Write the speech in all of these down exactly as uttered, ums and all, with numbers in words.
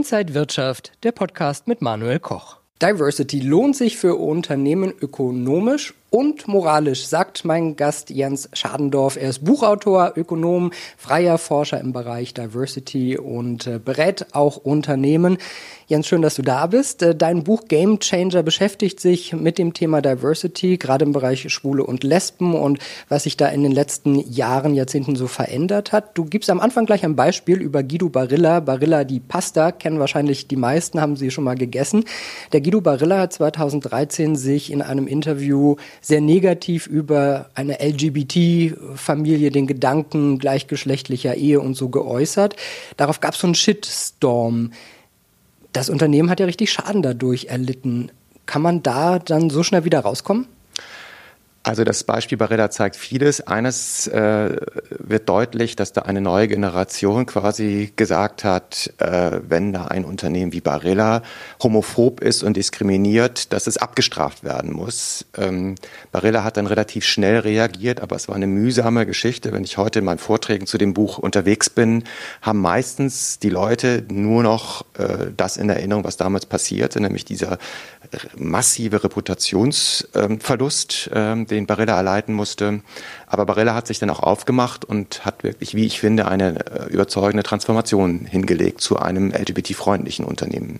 Inside Wirtschaft, der Podcast mit Manuel Koch. Diversity lohnt sich für Unternehmen ökonomisch und moralisch, sagt mein Gast Jens Schadendorf. Er ist Buchautor, Ökonom, freier Forscher im Bereich Diversity und äh, berät auch Unternehmen. Jens, schön, dass du da bist. Äh, dein Buch Game Changer beschäftigt sich mit dem Thema Diversity, gerade im Bereich Schwule und Lesben und was sich da in den letzten Jahren, Jahrzehnten so verändert hat. Du gibst am Anfang gleich ein Beispiel über Guido Barilla. Barilla, die Pasta, kennen wahrscheinlich die meisten, haben sie schon mal gegessen. Der Guido Barilla hat zweitausenddreizehn sich in einem Interview sehr negativ über eine L G B T-Familie, den Gedanken gleichgeschlechtlicher Ehe und so geäußert. Darauf gab es so einen Shitstorm. Das Unternehmen hat ja richtig Schaden dadurch erlitten. Kann man da dann so schnell wieder rauskommen? Also das Beispiel Barilla zeigt vieles. Eines äh, wird deutlich, dass da eine neue Generation quasi gesagt hat, äh, wenn da ein Unternehmen wie Barilla homophob ist und diskriminiert, dass es abgestraft werden muss. Ähm, Barilla hat dann relativ schnell reagiert, aber es war eine mühsame Geschichte. Wenn ich heute in meinen Vorträgen zu dem Buch unterwegs bin, haben meistens die Leute nur noch äh, das in Erinnerung, was damals passierte, nämlich dieser massive Reputationsverlust, äh, den Barilla erleiden musste. Aber Barilla hat sich dann auch aufgemacht und hat wirklich, wie ich finde, eine äh, überzeugende Transformation hingelegt zu einem L G B T-freundlichen Unternehmen.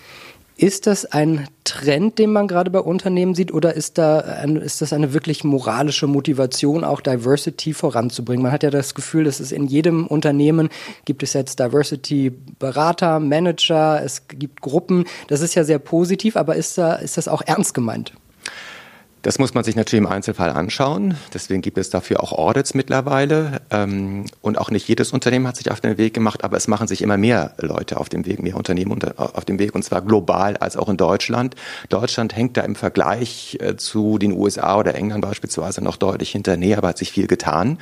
Ist das ein Trend, den man gerade bei Unternehmen sieht, oder ist, da ein, ist das eine wirklich moralische Motivation, auch Diversity voranzubringen? Man hat ja das Gefühl, dass es in jedem Unternehmen gibt es jetzt Diversity-Berater, Manager, es gibt Gruppen. Das ist ja sehr positiv, aber ist, da, ist das auch ernst gemeint? Das muss man sich natürlich im Einzelfall anschauen. Deswegen gibt es dafür auch Audits mittlerweile. Und auch nicht jedes Unternehmen hat sich auf den Weg gemacht, aber es machen sich immer mehr Leute auf dem Weg, mehr Unternehmen auf dem Weg, und zwar global als auch in Deutschland. Deutschland hängt da im Vergleich zu den U S A oder England beispielsweise noch deutlich hinterher, aber hat sich viel getan.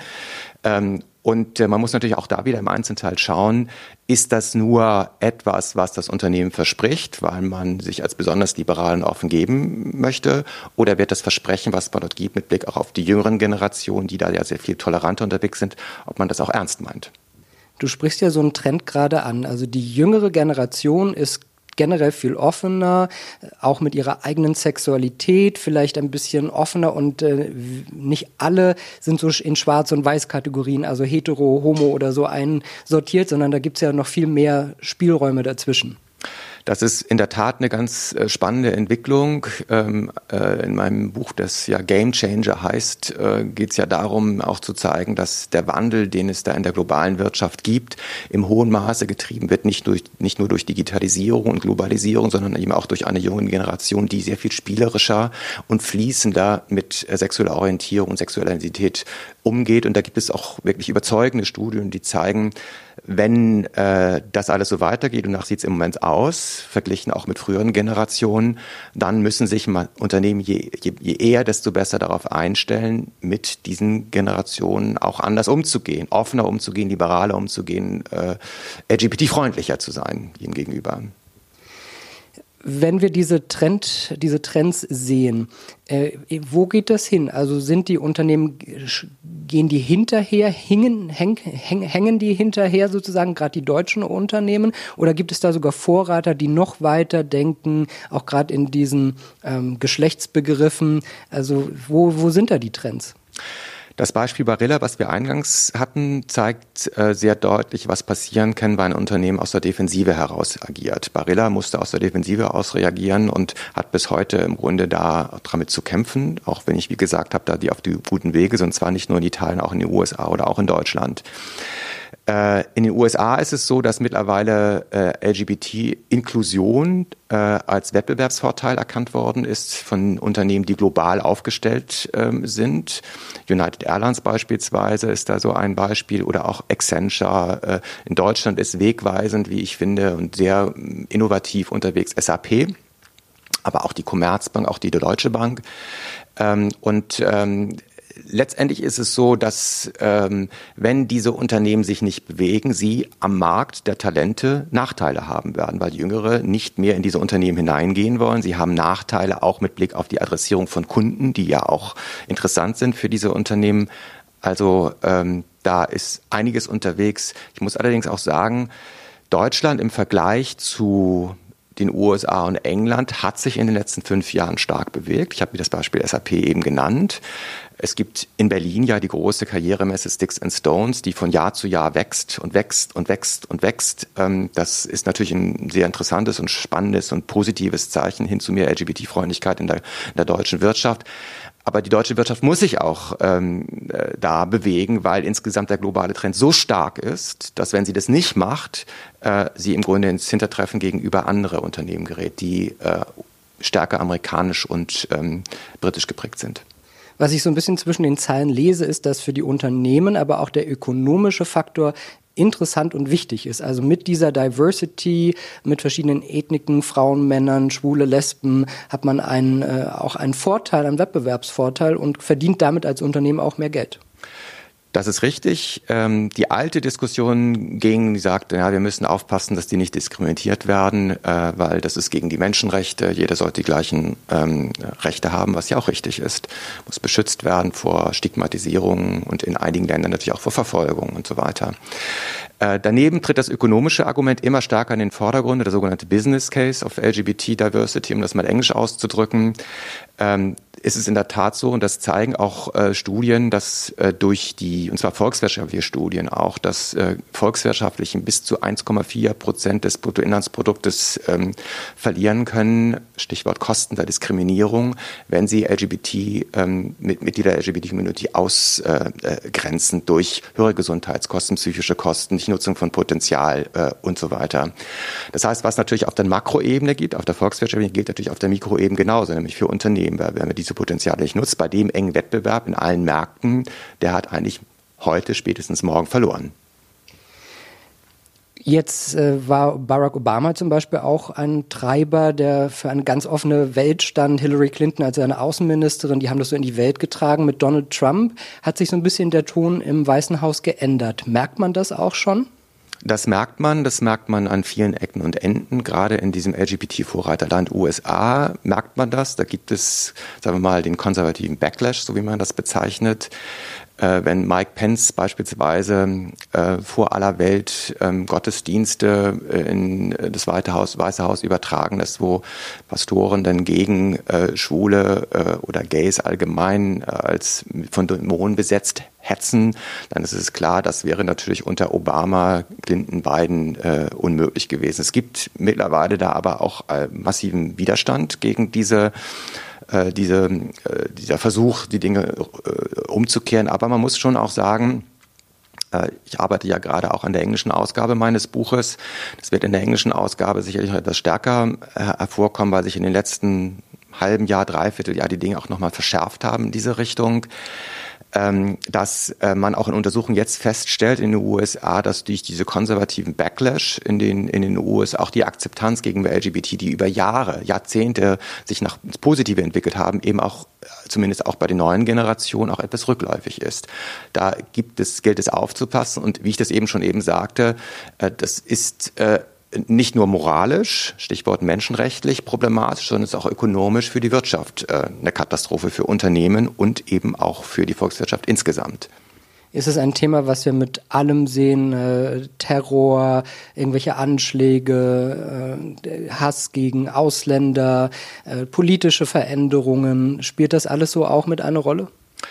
Und man muss natürlich auch da wieder im Einzelteil schauen, ist das nur etwas, was das Unternehmen verspricht, weil man sich als besonders liberal und offen geben möchte, oder wird das Versprechen, was man dort gibt, mit Blick auch auf die jüngeren Generationen, die da ja sehr viel toleranter unterwegs sind, ob man das auch ernst meint? Du sprichst ja so einen Trend gerade an. Also die jüngere Generation ist generell viel offener, auch mit ihrer eigenen Sexualität, vielleicht ein bisschen offener, und äh, nicht alle sind so in Schwarz- und Weiß-Kategorien, also hetero, homo oder so einsortiert, sondern da gibt es ja noch viel mehr Spielräume dazwischen. Das ist in der Tat eine ganz äh, spannende Entwicklung. Ähm, äh, in meinem Buch, das ja Game Changer heißt, äh, geht es ja darum, auch zu zeigen, dass der Wandel, den es da in der globalen Wirtschaft gibt, im hohen Maße getrieben wird, nicht, durch, nicht nur durch Digitalisierung und Globalisierung, sondern eben auch durch eine junge Generation, die sehr viel spielerischer und fließender mit äh, sexueller Orientierung und sexueller Identität umgeht. Und da gibt es auch wirklich überzeugende Studien, die zeigen, wenn äh, das alles so weitergeht, und nach sieht es im Moment aus, verglichen auch mit früheren Generationen, dann müssen sich mal Unternehmen je, je, je eher, desto besser darauf einstellen, mit diesen Generationen auch anders umzugehen, offener umzugehen, liberaler umzugehen, äh, L G B T-freundlicher zu sein ihnen gegenüber. Wenn wir diese Trend, diese Trends sehen, äh, wo geht das hin? Also sind die Unternehmen, gehen die hinterher, hängen, häng, häng, hängen die hinterher sozusagen, gerade die deutschen Unternehmen? Oder gibt es da sogar Vorreiter, die noch weiter denken, auch gerade in diesen ähm, Geschlechtsbegriffen? Also wo, wo sind da die Trends? Das Beispiel Barilla, was wir eingangs hatten, zeigt äh, sehr deutlich, was passieren kann, wenn ein Unternehmen aus der Defensive heraus agiert. Barilla musste aus der Defensive aus reagieren und hat bis heute im Grunde da damit zu kämpfen, auch wenn ich, wie gesagt habe, da die auf die guten Wege sind, und zwar nicht nur in Italien, auch in den U S A oder auch in Deutschland. Äh, in den U S A ist es so, dass mittlerweile äh, L G B T-Inklusion äh, als Wettbewerbsvorteil erkannt worden ist von Unternehmen, die global aufgestellt ähm, sind. United Airlines beispielsweise ist da so ein Beispiel, oder auch Accenture. Äh, in Deutschland ist wegweisend, wie ich finde, und sehr äh, innovativ unterwegs S A P, aber auch die Commerzbank, auch die Deutsche Bank. Ähm, und ähm, Letztendlich ist es so, dass ähm, wenn diese Unternehmen sich nicht bewegen, sie am Markt der Talente Nachteile haben werden, weil Jüngere nicht mehr in diese Unternehmen hineingehen wollen. Sie haben Nachteile auch mit Blick auf die Adressierung von Kunden, die ja auch interessant sind für diese Unternehmen. Also ähm, da ist einiges unterwegs. Ich muss allerdings auch sagen, Deutschland im Vergleich zu den U S A und England hat sich in den letzten fünf Jahren stark bewegt. Ich habe mir das Beispiel S A P eben genannt. Es gibt in Berlin ja die große Karrieremesse Sticks and Stones, die von Jahr zu Jahr wächst und wächst und wächst und wächst. Das ist natürlich ein sehr interessantes und spannendes und positives Zeichen hin zu mehr L G B T-Freundlichkeit in der, in der deutschen Wirtschaft. Aber die deutsche Wirtschaft muss sich auch ähm, äh, da bewegen, weil insgesamt der globale Trend so stark ist, dass wenn sie das nicht macht, äh, sie im Grunde ins Hintertreffen gegenüber andere Unternehmen gerät, die äh, stärker amerikanisch und ähm, britisch geprägt sind. Was ich so ein bisschen zwischen den Zeilen lese, ist, dass für die Unternehmen aber auch der ökonomische Faktor interessant und wichtig ist. Also mit dieser Diversity, mit verschiedenen Ethniken, Frauen, Männern, Schwule, Lesben, hat man einen, äh, auch einen Vorteil, einen Wettbewerbsvorteil und verdient damit als Unternehmen auch mehr Geld. Das ist richtig. Ähm, die alte Diskussion ging, die sagte, ja, wir müssen aufpassen, dass die nicht diskriminiert werden, äh, weil das ist gegen die Menschenrechte. Jeder sollte die gleichen ähm, Rechte haben, was ja auch richtig ist. Muss beschützt werden vor Stigmatisierung und in einigen Ländern natürlich auch vor Verfolgung und so weiter. Äh, daneben tritt das ökonomische Argument immer stärker in den Vordergrund, der sogenannte Business Case of L G B T Diversity, um das mal englisch auszudrücken. Ähm, ist es in der Tat so, und das zeigen auch äh, Studien, dass äh, durch die, und zwar volkswirtschaftliche Studien auch, dass äh, Volkswirtschaftlichen bis zu eins Komma vier Prozent des Bruttoinlandsproduktes ähm, verlieren können, Stichwort Kosten der Diskriminierung, wenn sie L G B T, ähm, mit, Mitglieder der L G B T-Community ausgrenzen äh, durch höhere Gesundheitskosten, psychische Kosten, nicht Nutzung von Potenzial äh, und so weiter. Das heißt, was natürlich auf der Makroebene gibt, auf der volkswirtschaftlichen, gilt natürlich auf der Mikroebene genauso, nämlich für Unternehmen, weil wenn wir diese Potenziale nicht nutzt, bei dem engen Wettbewerb in allen Märkten, der hat eigentlich heute, spätestens morgen verloren. Jetzt äh, war Barack Obama zum Beispiel auch ein Treiber, der für eine ganz offene Welt stand. Hillary Clinton als seine Außenministerin, die haben das so in die Welt getragen. Mit Donald Trump hat sich so ein bisschen der Ton im Weißen Haus geändert. Merkt man das auch schon? Das merkt man, das merkt man an vielen Ecken und Enden. Gerade in diesem L G B T-Vorreiterland U S A merkt man das. Da gibt es, sagen wir mal, den konservativen Backlash, so wie man das bezeichnet. Äh, wenn Mike Pence beispielsweise äh, vor aller Welt ähm, Gottesdienste in das Weiße Haus, Weiße Haus übertragen lässt, wo Pastoren dann gegen äh, Schwule äh, oder Gays allgemein äh, als von Dämonen besetzt hetzen, dann ist es klar, das wäre natürlich unter Obama, Clinton, Biden äh, unmöglich gewesen. Es gibt mittlerweile da aber auch äh, massiven Widerstand gegen diese äh, diese, äh, dieser Versuch, die Dinge äh, umzukehren. Aber man muss schon auch sagen, äh, ich arbeite ja gerade auch an der englischen Ausgabe meines Buches. Das wird in der englischen Ausgabe sicherlich noch etwas stärker äh, hervorkommen, weil sich in den letzten halben Jahr, dreiviertel Jahr die Dinge auch nochmal verschärft haben in diese Richtung. Ähm, dass äh, man auch in Untersuchungen jetzt feststellt in den U S A, dass durch diese konservativen Backlash in den in den U S A auch die Akzeptanz gegenüber L G B T, die über Jahre, Jahrzehnte sich nach ins Positive entwickelt haben, eben auch zumindest auch bei den neuen Generationen auch etwas rückläufig ist. Da gibt es gilt es aufzupassen und wie ich das eben schon eben sagte, äh, das ist äh, nicht nur moralisch, Stichwort menschenrechtlich problematisch, sondern es ist auch ökonomisch für die Wirtschaft äh, eine Katastrophe für Unternehmen und eben auch für die Volkswirtschaft insgesamt. Ist es ein Thema, was wir mit allem sehen, äh, Terror, irgendwelche Anschläge, äh, Hass gegen Ausländer, äh, politische Veränderungen, spielt das alles so auch mit eine Rolle?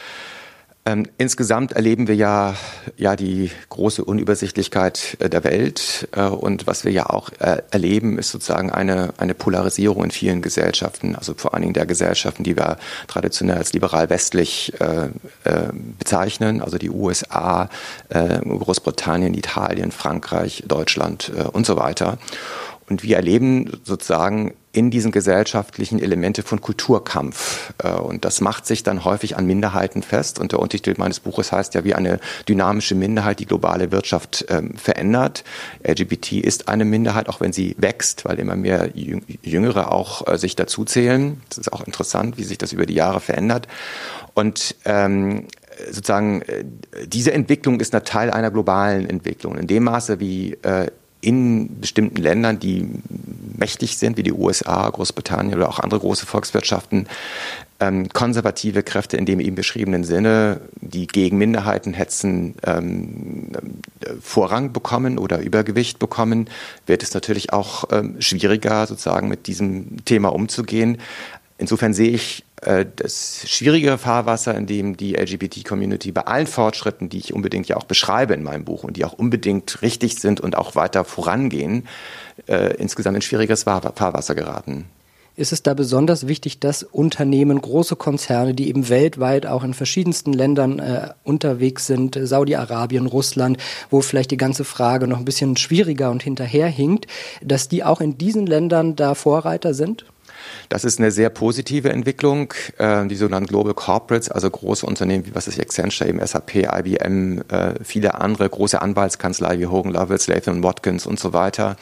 Ähm, insgesamt erleben wir ja, ja die große Unübersichtlichkeit äh, der Welt äh, und was wir ja auch äh, erleben, ist sozusagen eine, eine Polarisierung in vielen Gesellschaften, also vor allen Dingen der Gesellschaften, die wir traditionell als liberal-westlich äh, äh, bezeichnen, also die U S A, äh, Großbritannien, Italien, Frankreich, Deutschland äh, und so weiter. Und wir erleben sozusagen in diesen gesellschaftlichen Elemente von Kulturkampf. Und das macht sich dann häufig an Minderheiten fest. Und der Untertitel meines Buches heißt ja, wie eine dynamische Minderheit die globale Wirtschaft ähm, verändert. L G B T ist eine Minderheit, auch wenn sie wächst, weil immer mehr Jüngere auch äh, sich dazu zählen. Das ist auch interessant, wie sich das über die Jahre verändert. Und ähm, sozusagen äh, diese Entwicklung ist ein Teil einer globalen Entwicklung. In dem Maße, wie äh, in bestimmten Ländern, die mächtig sind, wie die U S A, Großbritannien oder auch andere große Volkswirtschaften, ähm, konservative Kräfte in dem eben beschriebenen Sinne, die gegen Minderheiten hetzen, ähm, äh, Vorrang bekommen oder Übergewicht bekommen, wird es natürlich auch ähm, schwieriger, sozusagen mit diesem Thema umzugehen. Insofern sehe ich äh, das schwierige Fahrwasser, in dem die L G B T-Community bei allen Fortschritten, die ich unbedingt ja auch beschreibe in meinem Buch und die auch unbedingt richtig sind und auch weiter vorangehen, äh, insgesamt in schwieriges Fahrwasser geraten. Ist es da besonders wichtig, dass Unternehmen, große Konzerne, die eben weltweit auch in verschiedensten Ländern äh, unterwegs sind, Saudi-Arabien, Russland, wo vielleicht die ganze Frage noch ein bisschen schwieriger und hinterherhinkt, dass die auch in diesen Ländern da Vorreiter sind? Das ist eine sehr positive Entwicklung. Äh, die sogenannten Global Corporates, also große Unternehmen wie was ist Accenture, eben S A P, I B M, äh, viele andere große Anwaltskanzleien wie Hogan Lovells, Latham Watkins und so weiter,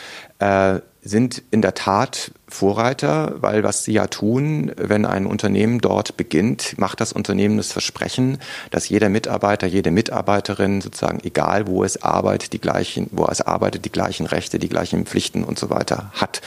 äh, sind in der Tat Vorreiter, weil was sie ja tun, wenn ein Unternehmen dort beginnt, macht das Unternehmen das Versprechen, dass jeder Mitarbeiter, jede Mitarbeiterin sozusagen, egal wo es arbeitet, die gleichen, wo es arbeitet, die gleichen Rechte, die gleichen Pflichten und so weiter hat.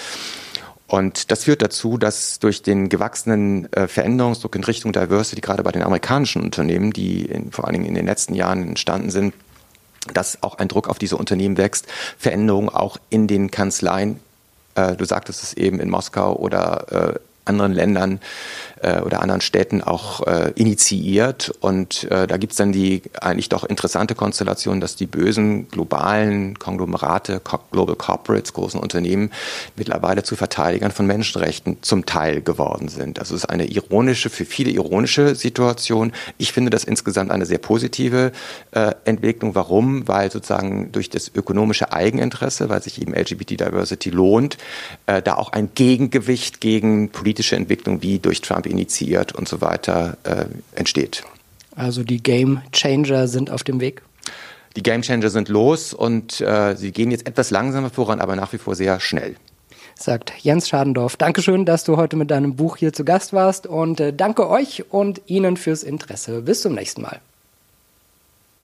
Und das führt dazu, dass durch den gewachsenen äh, Veränderungsdruck in Richtung Diversity, gerade bei den amerikanischen Unternehmen, die in, vor allen Dingen in den letzten Jahren entstanden sind, dass auch ein Druck auf diese Unternehmen wächst, Veränderungen auch in den Kanzleien, äh, du sagtest es eben in Moskau oder äh, anderen Ländern äh, oder anderen Städten auch äh, initiiert. Und äh, da gibt es dann die eigentlich doch interessante Konstellation, dass die bösen globalen Konglomerate, Global Corporates, großen Unternehmen mittlerweile zu Verteidigern von Menschenrechten zum Teil geworden sind. Also es ist eine ironische, für viele ironische Situation. Ich finde das insgesamt eine sehr positive äh, Entwicklung. Warum? Weil sozusagen durch das ökonomische Eigeninteresse, weil sich eben L G B T-Diversity lohnt, äh, da auch ein Gegengewicht gegen politische Entwicklung wie durch Trump initiiert und so weiter äh, entsteht. Also die Game Changer sind auf dem Weg? Die Game Changer sind los und äh, sie gehen jetzt etwas langsamer voran, aber nach wie vor sehr schnell. Sagt Jens Schadendorf. Dankeschön, dass du heute mit deinem Buch hier zu Gast warst und äh, danke euch und Ihnen fürs Interesse. Bis zum nächsten Mal.